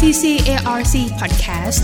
CCARC Podcast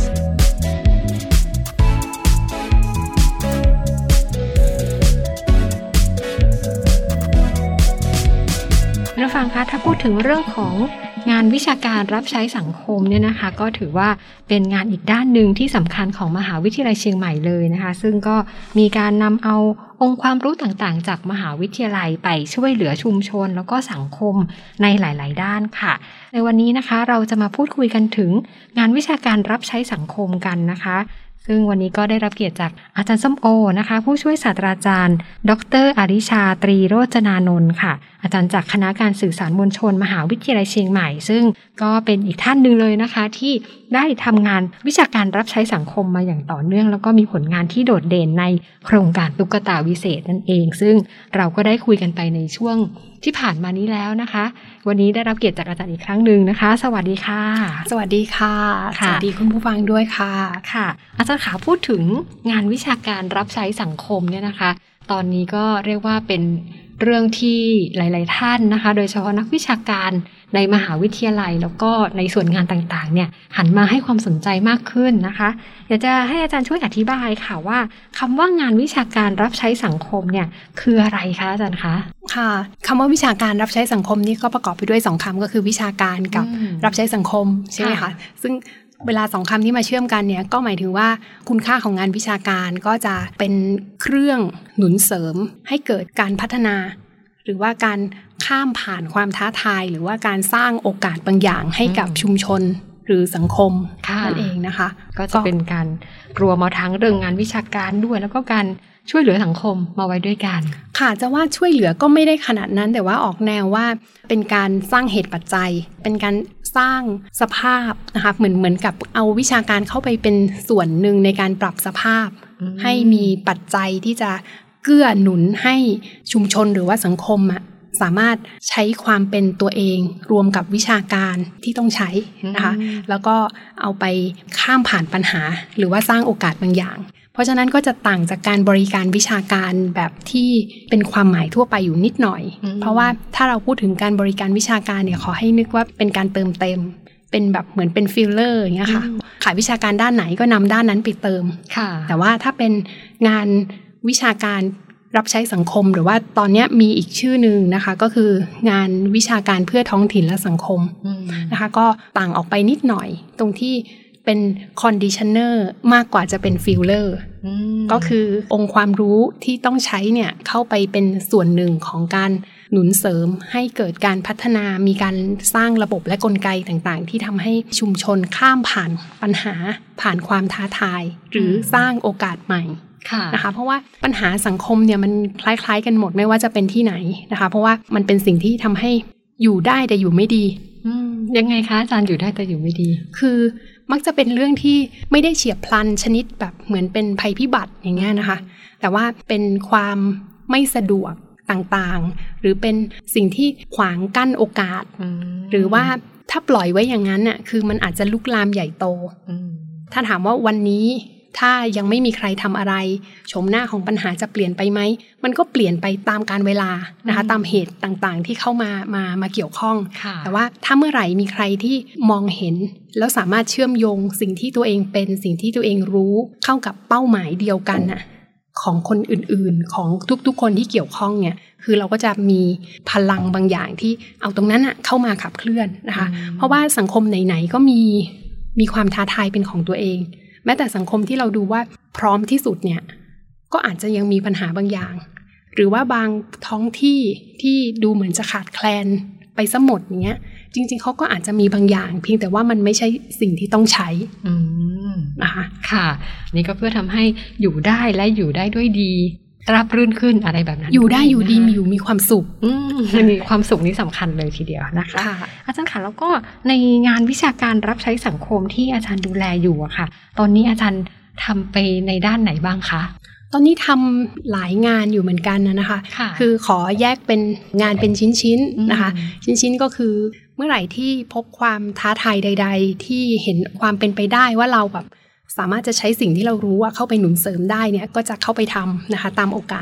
ท่านฟังคะถ้าพูดถึงเรื่องของงานวิชาการรับใช้สังคมเนี่ยนะคะก็ถือว่าเป็นงานอีกด้านหนึ่งที่สำคัญของมหาวิทยาลัยเชียงใหม่เลยนะคะซึ่งก็มีการนำเอาองค์ความรู้ต่างๆจากมหาวิทยาลัยไปช่วยเหลือชุมชนแล้วก็สังคมในหลายๆด้านค่ะในวันนี้นะคะเราจะมาพูดคุยกันถึงงานวิชาการรับใช้สังคมกันนะคะซึ่งวันนี้ก็ได้รับเกียรติจากอาจารย์ส้มโอนะคะผู้ช่วยศาสตราจารย์ดร.อริชาตรีโรจนานนท์ค่ะอาจารย์จากคณะการสื่อสารมวลชนมหาวิทยาลัยเชียงใหม่ซึ่งก็เป็นอีกท่านหนึ่งเลยนะคะที่ได้ทำงานวิชาการรับใช้สังคมมาอย่างต่อเนื่องแล้วก็มีผลงานที่โดดเด่นในโครงการตุ๊กตาวิเศษนั่นเองซึ่งเราก็ได้คุยกันไปในช่วงที่ผ่านมานี้แล้วนะคะวันนี้ได้รับเกียรติจากอาจารย์อีกครั้งหนึ่งนะคะสวัสดีค่ะสวัสดีค่ะสวัสดีคุณผู้ฟังด้วยค่ะค่ะอาจารย์ขาพูดถึงงานวิชาการรับใช้สังคมเนี่ยนะคะตอนนี้ก็เรียกว่าเป็นเรื่องที่หลายๆท่านนะคะโดยเฉพาะนักวิชาการในมหาวิทยาลัยแล้วก็ในส่วนงานต่างๆเนี่ยหันมาให้ความสนใจมากขึ้นนะคะอยากจะให้อาจารย์ช่วยอธิบายค่ะว่าคำว่างานวิชาการรับใช้สังคมเนี่ยคืออะไรคะอาจารย์คะค่ะคำว่าวิชาการรับใช้สังคมนี่ก็ประกอบไปด้วย2คำก็คือวิชาการกับรับใช้สังคมใช่ไหมคะซึ่งเวลา2คำนี้มาเชื่อมกันเนี่ยก็หมายถึงว่าคุณค่าของงานวิชาการก็จะเป็นเครื่องหนุนเสริมให้เกิดการพัฒนาหรือว่าการข้ามผ่านความท้าทายหรือว่าการสร้างโอกาสบางอย่างให้กับชุมชนหรือสังคมนั่นเองนะคะก็จะเป็นการรวมมาทั้งเรื่องงานวิชาการด้วยแล้วก็การช่วยเหลือสังคมมาไว้ด้วยกันค่ะจะว่าช่วยเหลือก็ไม่ได้ขนาดนั้นแต่ว่าออกแนวว่าเป็นการสร้างเหตุปัจจัยเป็นการสร้างสภาพนะคะเหมือนกับเอาวิชาการเข้าไปเป็นส่วนหนึ่งในการปรับสภาพให้มีปัจจัยที่จะเกื้อหนุนให้ชุมชนหรือว่าสังคมสามารถใช้ความเป็นตัวเองรวมกับวิชาการที่ต้องใช้นะคะแล้วก็เอาไปข้ามผ่านปัญหาหรือว่าสร้างโอกาสบางอย่างเพราะฉะนั้นก็จะต่างจากการบริการวิชาการแบบที่เป็นความหมายทั่วไปอยู่นิดหน่อยเพราะว่าถ้าเราพูดถึงการบริการวิชาการเนี่ยขอให้นึกว่าเป็นการเติมเต็มเป็นแบบเหมือนเป็นฟิลเลอร์อย่างเงี้ยค่ะขายวิชาการด้านไหนก็นำด้านนั้นไปเติมแต่ว่าถ้าเป็นงานวิชาการรับใช้สังคมหรือว่าตอนนี้มีอีกชื่อนึงนะคะก็คืองานวิชาการเพื่อท้องถิ่นและสังคมนะคะก็ต่างออกไปนิดหน่อยตรงที่เป็นคอนดิชันเนอร์มากกว่าจะเป็นฟิลเลอร์ก็คือองค์ความรู้ที่ต้องใช้เนี่ยเข้าไปเป็นส่วนหนึ่งของการหนุนเสริมให้เกิดการพัฒนามีการสร้างระบบและกลไกต่างๆที่ทำให้ชุมชนข้ามผ่านปัญหาผ่านความท้าทายหรือสร้างโอกาสใหม่นะคะเพราะว่าปัญหาสังคมเนี่ยมันคล้ายๆกันหมดไม่ว่าจะเป็นที่ไหนนะคะเพราะว่ามันเป็นสิ่งที่ทำให้อยู่ได้แต่อยู่ไม่ดียังไงคะอาจารย์อยู่ได้แต่อยู่ไม่ดีคือมักจะเป็นเรื่องที่ไม่ได้เฉียบพลันชนิดแบบเหมือนเป็นภัยพิบัติอย่างเงี้ยนะคะแต่ว่าเป็นความไม่สะดวกต่างๆหรือเป็นสิ่งที่ขวางกั้นโอกาสหรือว่าถ้าปล่อยไว้อย่างนั้นน่ะคือมันอาจจะลุกลามใหญ่โตถ้าถามว่าวันนี้ถ้ายังไม่มีใครทำอะไรโฉมหน้าของปัญหาจะเปลี่ยนไปไหมมันก็เปลี่ยนไปตามกาลเวลานะคะตามเหตุต่างๆที่เข้ามาเกี่ยวข้องแต่ว่าถ้าเมื่อไหร่มีใครที่มองเห็นแล้วสามารถเชื่อมโยงสิ่งที่ตัวเองเป็นสิ่งที่ตัวเองรู้เข้ากับเป้าหมายเดียวกันน่ะของคนอื่นๆของทุกๆคนที่เกี่ยวข้องเนี่ยคือเราก็จะมีพลังบางอย่างที่เอาตรงนั้นน่ะเข้ามาขับเคลื่อนนะคะเพราะว่าสังคมไหนๆก็มีความท้าทายเป็นของตัวเองแม้แต่สังคมที่เราดูว่าพร้อมที่สุดเนี่ยก็อาจจะยังมีปัญหาบางอย่างหรือว่าบางท้องที่ที่ดูเหมือนจะขาดแคลนไปซะหมดเนี้ยจริงๆเขาก็อาจจะมีบางอย่างเพียงแต่ว่ามันไม่ใช่สิ่งที่ต้องใช้นะคะค่ะนี่ก็เพื่อทำให้อยู่ได้และอยู่ได้ด้วยดีราบรื่นขึ้นอะไรแบบนั้นอยู่ได้อยู่ดีมีความสุขมีความสุขนี้สำคัญเลยทีเดียวนะคะอาจารย์ค่ะแล้วก็ในงานวิชาการรับใช้สังคมที่อาจารย์ดูแลอยู่อะค่ะตอนนี้อาจารย์ทำไปในด้านไหนบ้างคะตอนนี้ทำหลายงานอยู่เหมือนกันนะคะคือขอแยกเป็นงานเป็นชิ้นๆนะคะชิ้นๆก็คือเมื่อไหร่ที่พบความท้าทายใดๆที่เห็นความเป็นไปได้ว่าเราแบบสามารถจะใช้สิ่งที่เรารู้เข้าไปหนุนเสริมได้เนี่ยก็จะเข้าไปทำนะคะตามโอกาส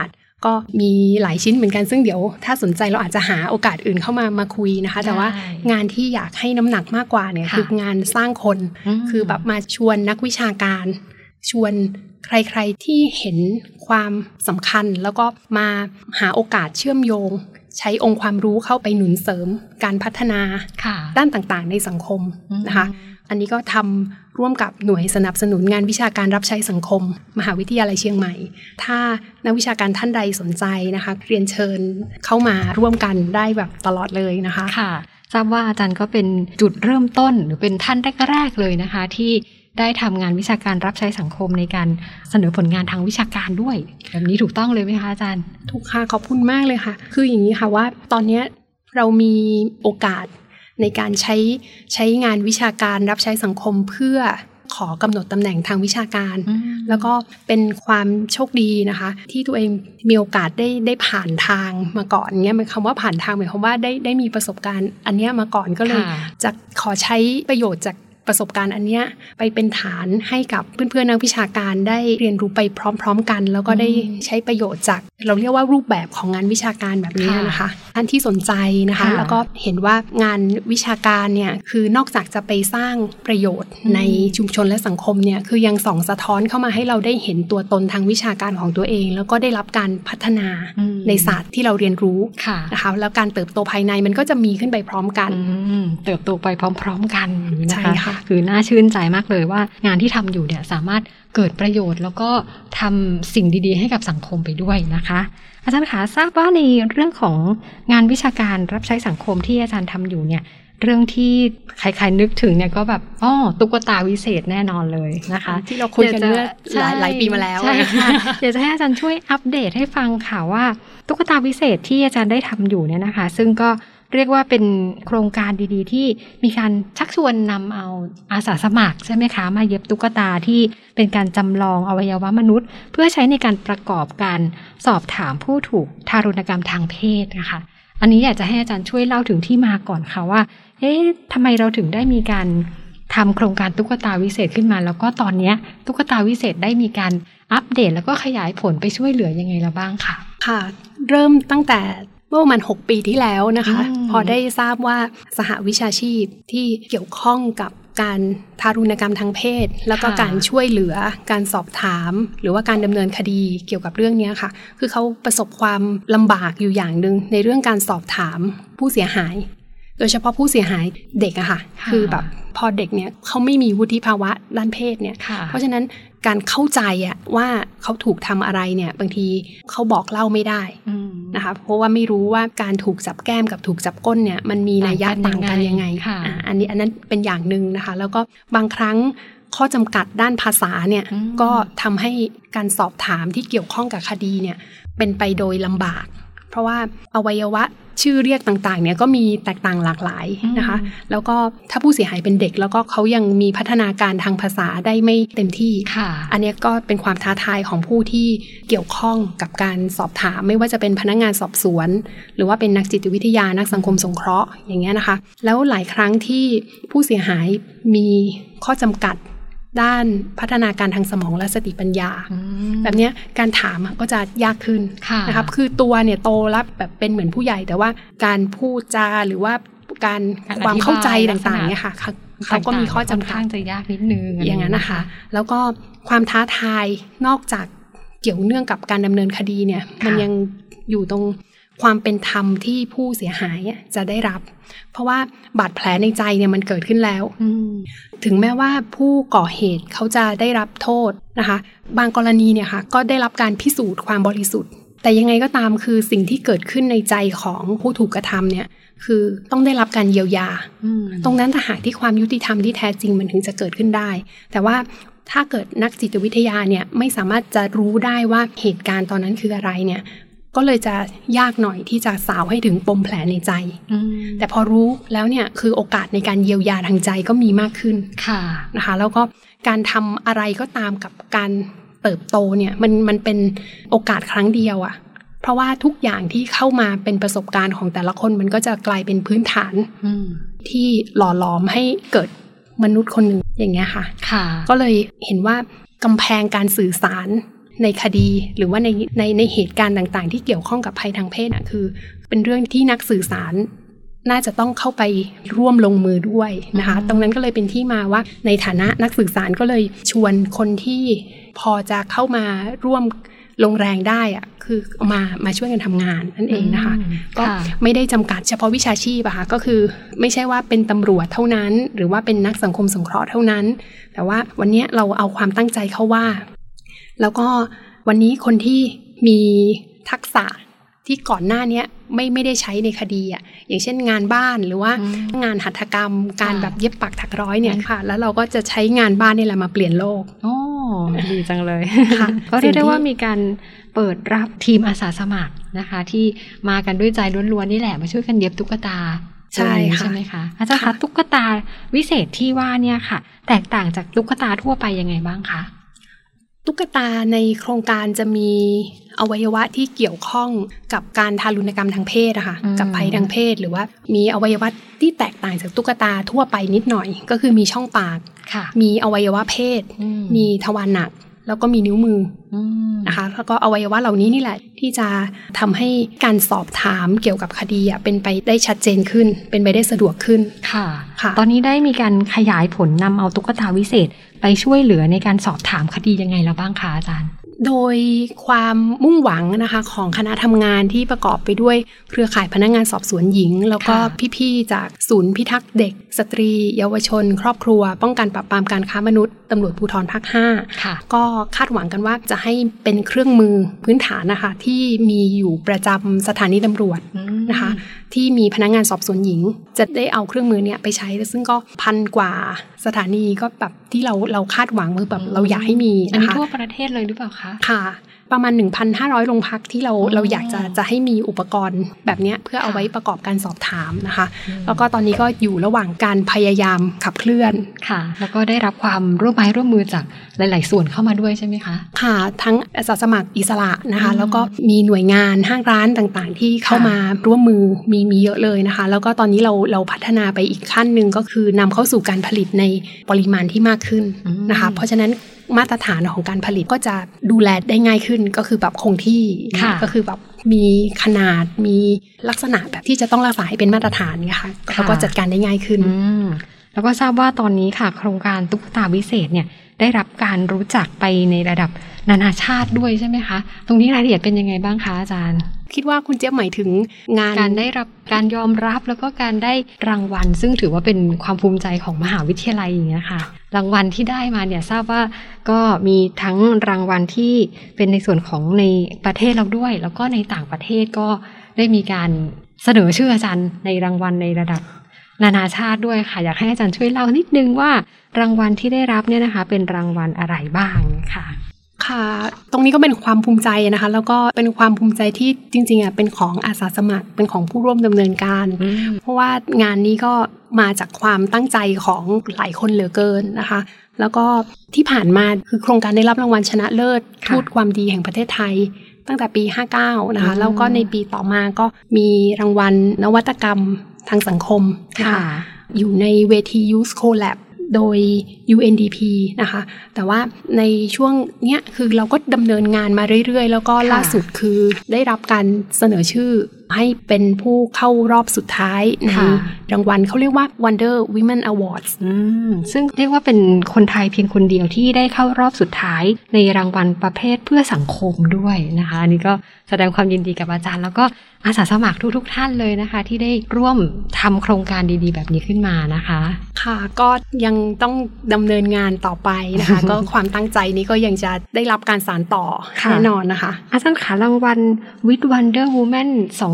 ก็มีหลายชิ้นเหมือนกันซึ่งเดี๋ยวถ้าสนใจเราอาจจะหาโอกาสอื่นเข้ามาคุยนะคะแต่ว่างานที่อยากให้น้ำหนักมากกว่าเนี่ยคืองานสร้างคนคือแบบมาชวนนักวิชาการชวนใครๆที่เห็นความสำคัญแล้วก็มาหาโอกาสเชื่อมโยงใช้องค์ความรู้เข้าไปหนุนเสริมการพัฒนาด้านต่างๆในสังคมนะคะอันนี้ก็ทำร่วมกับหน่วยสนับสนุนงานวิชาการรับใช้สังคมมหาวิทยาลัยเชียงใหม่ถ้านักวิชาการท่านใดสนใจนะคะเรียนเชิญเข้ามาร่วมกันได้แบบตลอดเลยนะคะค่ะทราบว่าอาจารย์ก็เป็นจุดเริ่มต้นหรือเป็นท่านแรกๆเลยนะคะที่ได้ทำงานวิชาการรับใช้สังคมในการเสนอผลงานทางวิชาการด้วยแบบนี้ถูกต้องเลยไหมคะอาจารย์ถูกค่ะขอบคุณมากเลยค่ะคืออย่างนี้ค่ะว่าตอนนี้เรามีโอกาสในการใช้งานวิชาการรับใช้สังคมเพื่อขอกำหนดตำแหน่งทางวิชาการแล้วก็เป็นความโชคดีนะคะที่ตัวเองมีโอกาสได้ผ่านทางมาก่อนเงี้ยหมายความว่าผ่านทางหมายความว่าได้มีประสบการณ์อันเนี้ยมาก่อนก็เลยจะขอใช้ประโยชน์จากประสบการณ์อันเนี้ยไปเป็นฐานให้กับเพื่อนๆนักวิชาการได้เรียนรู้ไปพร้อมๆกันแล้วก็ได้ใช้ประโยชน์จากเราเรียกว่ารูปแบบของงานวิชาการแบบนี้นะคะท่านที่สนใจนะคะแล้วก็เห็นว่างานวิชาการเนี่ยคือนอกจากจะไปสร้างประโยชน์ในชุมชนและสังคมเนี่ยคือยังส่องสะท้อนเข้ามาให้เราได้เห็นตัวตนทางวิชาการของตัวเองแล้วก็ได้รับการพัฒนาในศาสตร์ที่เราเรียนรู้นะคะแล้วการเติบโตภายในมันก็จะมีขึ้นไปพร้อมกันเติบโตไปพร้อมๆกันนะคะคือน่าชื่นใจมากเลยว่างานที่ทำอยู่เนี่ยสามารถเกิดประโยชน์แล้วก็ทำสิ่งดีๆให้กับสังคมไปด้วยนะคะอาจารย์คะทราบว่าในเรื่องของงานวิชาการรับใช้สังคมที่อาจารย์ทำอยู่เนี่ยเรื่องที่ใครๆนึกถึงเนี่ยก็แบบตุ๊กตาวิเศษแน่นอนเลยนะคะที่เราคุยกันเมื่อหลายปีมาแล้วใช่ค่ะเดี๋ยวจะให้อาจารย์ช่วยอัปเดตให้ฟังค่ะว่าตุ๊กตาวิเศษที่อาจารย์ได้ทำอยู่เนี่ยนะคะซึ่งก็เรียกว่าเป็นโครงการดีๆที่มีการชักชวนนำเอาอาสาสมัครใช่ไหมคะมาเย็บตุ๊กตาที่เป็นการจำลองอวัยวะมนุษย์เพื่อใช้ในการประกอบการสอบถามผู้ถูกทารุณกรรมทางเพศนะคะอันนี้อยากจะให้อาจารย์ช่วยเล่าถึงที่มาก่อนค่ะว่าทำไมเราถึงได้มีการทำโครงการตุ๊กตาวิเศษขึ้นมาแล้วก็ตอนนี้ตุ๊กตาวิเศษได้มีการอัปเดตแล้วก็ขยายผลไปช่วยเหลือยังไงแล้วบ้างค่ะค่ะเริ่มตั้งแต่เมื่อประมาณ6 ปีที่แล้วนะคะพอได้ทราบว่าสหวิชาชีพที่เกี่ยวข้องกับการทารุณกรรมทางเพศแล้วก็การช่วยเหลือการสอบถามหรือว่าการดำเนินคดีเกี่ยวกับเรื่องนี้ค่ะคือเขาประสบความลำบากอยู่อย่างนึงในเรื่องการสอบถามผู้เสียหายโดยเฉพาะผู้เสียหายเด็กอะค่ะคือแบบพอเด็กเนี่ยเขาไม่มีวุฒิภาวะด้านเพศเนี่ยเพราะฉะนั้นการเข้าใจอะว่าเขาถูกทำอะไรเนี่ยบางทีเขาบอกเล่าไม่ได้นะคะเพราะว่าไม่รู้ว่าการถูกจับแก้มกับถูกจับก้นเนี่ยมันมีนัยยะต่างกันยังไงอันนั้นเป็นอย่างนึงนะคะแล้วก็บางครั้งข้อจำกัดด้านภาษาเนี่ยก็ทำให้การสอบถามที่เกี่ยวข้องกับคดีเนี่ยเป็นไปโดยลำบากเพราะว่าอวัยวะชื่อเรียกต่างๆเนี่ยก็มีแตกต่างหลากหลายนะคะแล้วก็ถ้าผู้เสียหายเป็นเด็กแล้วก็เขายังมีพัฒนาการทางภาษาได้ไม่เต็มที่อันนี้ก็เป็นความท้าทายของผู้ที่เกี่ยวข้องกับการสอบถามไม่ว่าจะเป็นพนักงานสอบสวนหรือว่าเป็นนักจิตวิทยานักสังคมสงเคราะห์อย่างเงี้ยนะคะแล้วหลายครั้งที่ผู้เสียหายมีข้อจำกัดด้านพัฒนาการทางสมองและสติปัญญาแบบนี้การถามก็จะยากขึ้นนะครับคือตัวเนี่ยโตแล้วแบบเป็นเหมือนผู้ใหญ่แต่ว่าการพูดจาหรือว่าการความเข้าใจต่างๆเนี่ยค่ะเขาก็มีข้อจำกัดจะยากนิดนึงอย่างนั้นนะคะแล้วก็ความท้าทายนอกจากเกี่ยวเนื่องกับการดำเนินคดีเนี่ยมันยังอยู่ตรงความเป็นธรรมที่ผู้เสียหายจะได้รับเพราะว่าบาดแผลในใจเนี่ยมันเกิดขึ้นแล้วถึงแม้ว่าผู้ก่อเหตุเขาจะได้รับโทษนะคะบางกรณีเนี่ยค่ะก็ได้รับการพิสูจน์ความบริสุทธิ์แต่ยังไงก็ตามคือสิ่งที่เกิดขึ้นในใจของผู้ถูกกระทำเนี่ยคือต้องได้รับการเยียวยาตรงนั้นถ้าหากที่ความยุติธรรมที่แท้จริงมันถึงจะเกิดขึ้นได้แต่ว่าถ้าเกิดนักจิตวิทยาเนี่ยไม่สามารถจะรู้ได้ว่าเหตุการณ์ตอนนั้นคืออะไรเนี่ยก็เลยจะยากหน่อยที่จะสาวให้ถึงปมแผลในใจแต่พอรู้แล้วเนี่ยคือโอกาสในการเยียวยาทางใจก็มีมากขึ้นนะคะแล้วก็การทำอะไรก็ตามกับการเติบโตเนี่ยมันเป็นโอกาสครั้งเดียวอะเพราะว่าทุกอย่างที่เข้ามาเป็นประสบการณ์ของแต่ละคนมันก็จะกลายเป็นพื้นฐานที่หล่อหลอมให้เกิดมนุษย์คนหนึ่งอย่างเงี้ยค่ะก็เลยเห็นว่ากำแพงการสื่อสารในคดีหรือว่าในเหตุการณ์ต่างๆที่เกี่ยวข้องกับภัยทางเพศคือเป็นเรื่องที่นักสื่อสารน่าจะต้องเข้าไปร่วมลงมือด้วยนะคะตรงนั้นก็เลยเป็นที่มาว่าในฐานะนักสื่อสารก็เลยชวนคนที่พอจะเข้ามาร่วมลงแรงได้อะคือมาช่วยกันทำงานนั่นเองนะคะก็ไม่ได้จำกัดเฉพาะวิชาชีพอะค่ะก็คือไม่ใช่ว่าเป็นตำรวจเท่านั้นหรือว่าเป็นนักสังคมสงเคราะห์เท่านั้นแต่ว่าวันนี้เราเอาความตั้งใจเข้าว่าแล้วก็วันนี้คนที่มีทักษะที่ก่อนหน้านี้ไม่ได้ใช้ในคดีอ่ะอย่างเช่นงานบ้านหรือว่างานหัตถกรรมการแบบเย็บปักถักร้อยเนี่ยค่ะแล้วเราก็จะใช้งานบ้านนี่แหละมาเปลี่ยนโลกโอ้ดีจังเลยค่ะก็เรียกได้ว่ามีการเปิดรับทีมอาสาสมัครนะคะที่มากันด้วยใจล้วนๆนี่แหละมาช่วยกันเย็บตุ๊กตาใช่ไหมคะอาจารย์คะตุ๊กตาวิเศษที่ว่าเนี่ยค่ะแตกต่างจากตุ๊กตาทั่วไปยังไงบ้างคะตุ๊กตาในโครงการจะมีอวัยวะที่เกี่ยวข้องกับการทารุณกรรมทางเพศอะค่ะกับภัยทางเพศหรือว่ามีอวัยวะที่แตกต่างจากตุ๊กตาทั่วไปนิดหน่อยก็คือมีช่องปากมีอวัยวะเพศมีทวารหนักแล้วก็มีนิ้วมือนะคะแล้วก็อวัยวะเหล่านี้นี่แหละที่จะทำให้การสอบถามเกี่ยวกับคดีเป็นไปได้ชัดเจนขึ้นเป็นไปได้สะดวกขึ้นค่ะตอนนี้ได้มีการขยายผลนำเอาตุ๊กตาวิเศษไปช่วยเหลือในการสอบถามคดียังไงแล้วบ้างคะอาจารย์โดยความมุ่งหวังนะคะของคณะทำงานที่ประกอบไปด้วยเครือข่ายพนักงานสอบสวนหญิงแล้วก็พี่ๆจากศูนย์พิทักษ์เด็กสตรีเยาวชนครอบครัวป้องกันปราบปรามการค้ามนุษย์ตำรวจภูธรภาค 5ก็คาดหวังกันว่าจะให้เป็นเครื่องมือพื้นฐานนะคะที่มีอยู่ประจำสถานีตำรวจนะคะที่มีพนักงานสอบสวนหญิงจะได้เอาเครื่องมือเนี่ยไปใช้ซึ่งก็1,000 กว่าสถานีก็แบบที่เราคาดหวังมือแบบเราอยากให้มีนะคะอันนี้ทั่วประเทศเลยหรือเปล่าคะค่ะประมาณ 1,500 โรงพักที่เราอยากจะให้มีอุปกรณ์แบบนี้เพื่อเอาไว้ประกอบการสอบถามนะคะแล้วก็ตอนนี้ก็อยู่ระหว่างการพยายามขับเคลื่อนค่ะแล้วก็ได้รับความร่วมมือจากหลายๆส่วนเข้ามาด้วยใช่ไหมคะค่ะทั้งอาสาสมัครอิสระนะคะแล้วก็มีหน่วยงานห้างร้านต่างๆที่เข้ามาร่วมมือมีเยอะเลยนะคะแล้วก็ตอนนี้เราพัฒนาไปอีกขั้นหนึ่งก็คือนำเข้าสู่การผลิตในปริมาณที่มากขึ้นนะคะเพราะฉะนั้นมาตรฐานของการผลิตก็จะดูแลได้ง่ายขึ้นก็คือแบบคงที่ก็คือแบบมีขนาดมีลักษณะแบบที่จะต้องรักษาให้เป็นมาตรฐานนะคะแล้วก็จัดการได้ง่ายขึ้นแล้วก็ทราบว่าตอนนี้ค่ะโครงการตุ๊กตาวิเศษเนี่ยได้รับการรู้จักไปในระดับนานาชาติด้วยใช่ไหมคะตรงนี้รายละเอียดเป็นยังไงบ้างคะอาจารย์คิดว่าคุณเจี๊ยบหมายถึงงานการได้รับการยอมรับแล้วก็การได้รางวัลซึ่งถือว่าเป็นความภูมิใจของมหาวิทยาลัยอย่างเงี้ยค่ะรางวัลที่ได้มาเนี่ยทราบว่าก็มีทั้งรางวัลที่เป็นในส่วนของในประเทศเราด้วยแล้วก็ในต่างประเทศก็ได้มีการเสนอชื่ออาจารย์ในรางวัลในระดับนานาชาติด้วยค่ะอยากให้อาจารย์ช่วยเล่านิดนึงว่ารางวัลที่ได้รับเนี่ยนะคะเป็นรางวัลอะไรบ้างค่ะค่ะตรงนี้ก็เป็นความภูมิใจนะคะแล้วก็เป็นความภูมิใจที่จริงๆเป็นของอาสาสมัครเป็นของผู้ร่วมดำเนินการเพราะว่างานนี้ก็มาจากความตั้งใจของหลายคนเหลือเกินนะคะแล้วก็ที่ผ่านมาคือโครงการได้รับรางวัลชนะเลิศทูตความดีแห่งประเทศไทยตั้งแต่ปี59นะคะแล้วก็ในปีต่อมาก็มีรางวัลนวัตกรรมทางสังคมนะคะอยู่ในเวที Youth Collab โดย UNDP นะคะแต่ว่าในช่วงเนี้ยคือเราก็ดำเนินงานมาเรื่อยๆแล้วก็ล่าสุดคือได้รับการเสนอชื่อให้เป็นผู้เข้ารอบสุดท้ายในรางวัลเขาเรียกว่า Wonder Women Awards ซึ่งเรียกว่าเป็นคนไทยเพียงคนเดียวที่ได้เข้ารอบสุดท้ายในรางวัลประเภทเพื่อสังคมด้วยนะคะอันนี้ก็แสดงความยินดีกับอาจารย์แล้วก็อาสาสมัครทุกท่านเลยนะคะที่ได้ร่วมทำโครงการดีๆแบบนี้ขึ้นมานะคะค่ะก็ยังต้องดำเนินงานต่อไปนะคะ ก็ความตั้งใจนี้ก็ยังจะได้รับการสานต่อแน่นอนนะคะอาจารย์ขารางวัล With Wonder Woman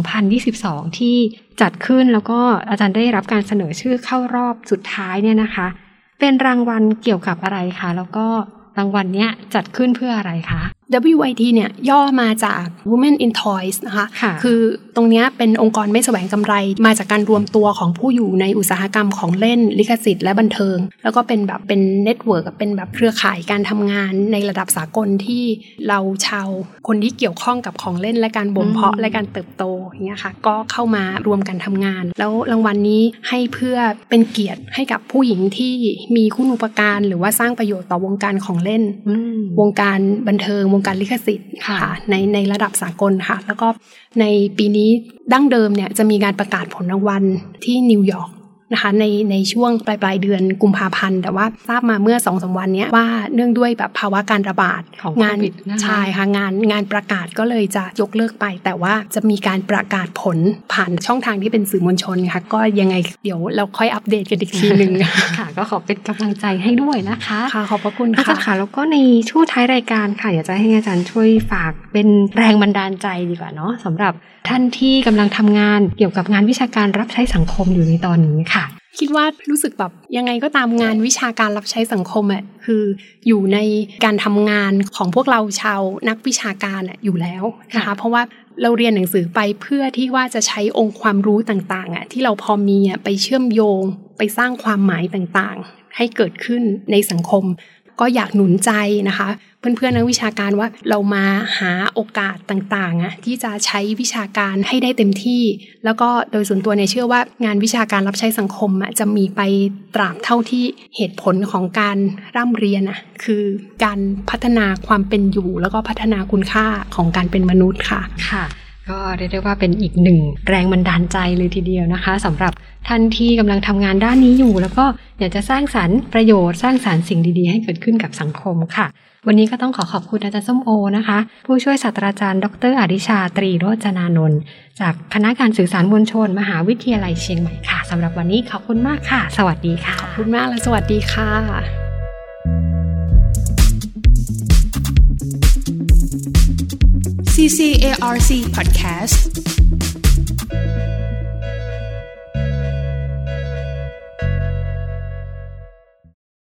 2022 ที่จัดขึ้นแล้วก็อาจารย์ได้รับการเสนอชื่อเข้ารอบสุดท้ายเนี่ยนะคะเป็นรางวัลเกี่ยวกับอะไรคะแล้วก็รางวัลเนี้ยจัดขึ้นเพื่ออะไรคะ WIT เนี่ยย่อมาจาก Women in Toys นะคะคือตรงนี้เป็นองค์กรไม่แสวงกำไรมาจากการรวมตัวของผู้อยู่ในอุตสาหกรรมของเล่นลิขสิทธิ์และบันเทิงแล้วก็เป็นแบบเป็นเน็ตเวิร์กเป็นแบบเครือข่ายการทำงานในระดับสากลที่เราชาวคนที่เกี่ยวข้องกับของเล่นและการบ่มเพาะและการเติบโตอย่างเงี้ยค่ะก็เข้ามารวมกันทำงานแล้วรางวัลนี้ให้เพื่อเป็นเกียรติให้กับผู้หญิงที่มีคุณูปการหรือว่าสร้างประโยชน์ต่อวงการของเล่นวงการบันเทิงวงการลิขสิทธิ์ค่ะในระดับสากลค่ะแล้วก็ในปีนี้ดั้งเดิมเนี่ยจะมีการประกาศผลรางวัลที่นิวยอร์กนะคะในช่วงปลายเดือนกุมภาพันธ์แต่ว่าทราบมาเมื่อ 2-3 วันนี้ว่าเนื่องด้วยแบบภาวะการระบาดของโควิดนะคะใช่ค่ะงานประกาศก็เลยจะยกเลิกไปแต่ว่าจะมีการประกาศผลผ่านช่องทางที่เป็นสื่อมวลชนค่ะก็ยังไงเดี๋ยวเราค่อยอัปเดตกันอีกทีนึงค่ะก็ขอเป็นกำลังใจให้ด้วยนะคะค่ะขอบพระคุณค่ะแล้วก็ในช่วงท้ายรายการค่ะอยากจะให้อาจารย์ช่วยฝากเป็นแรงบันดาลใจดีกว่าเนาะสำหรับท่านที่กำลังทำงานเกี่ยวกับงานวิชาการรับใช้สังคมอยู่ในตอนนี้ค่ะคิดว่ารู้สึกแบบยังไงก็ตามงานวิชาการรับใช้สังคมคืออยู่ในการทำงานของพวกเราชาวนักวิชาการอยู่แล้วนะคะเพราะว่าเราเรียนหนังสือไปเพื่อที่ว่าจะใช้องค์ความรู้ต่างๆที่เราพอมีไปเชื่อมโยงไปสร้างความหมายต่างๆให้เกิดขึ้นในสังคมก็อยากหนุนใจนะคะเพื่อนๆนักวิชาการว่าเรามาหาโอกาสต่างๆที่จะใช้วิชาการให้ได้เต็มที่แล้วก็โดยส่วนตัวเนี่ยเชื่อว่างานวิชาการรับใช้สังคมจะมีไปตราบเท่าที่เหตุผลของการร่ำเรียนคือการพัฒนาความเป็นอยู่แล้วก็พัฒนาคุณค่าของการเป็นมนุษย์ค่ะค่ะก็เรียกได้ว่าเป็นอีกหนึ่งแรงบันดาลใจเลยทีเดียวนะคะสำหรับท่านที่กำลังทำงานด้านนี้อยู่แล้วก็อยากจะสร้างสรรค์ประโยชน์สร้างสรรค์สิ่งดีๆให้เกิดขึ้นกับสังคมค่ะวันนี้ก็ต้องขอบคุณอาจารย์ส้มโอนะคะผู้ช่วยศาสตราจารย์ดร.อดิชาตรีโรจนานนท์จากคณะการสื่อสารมวลชนมหาวิทยาลัยเชียงใหม่ค่ะสำหรับวันนี้ขอบคุณมากค่ะสวัสดีค่ะขอบคุณมากและสวัสดีค่ะ CCARC Podcast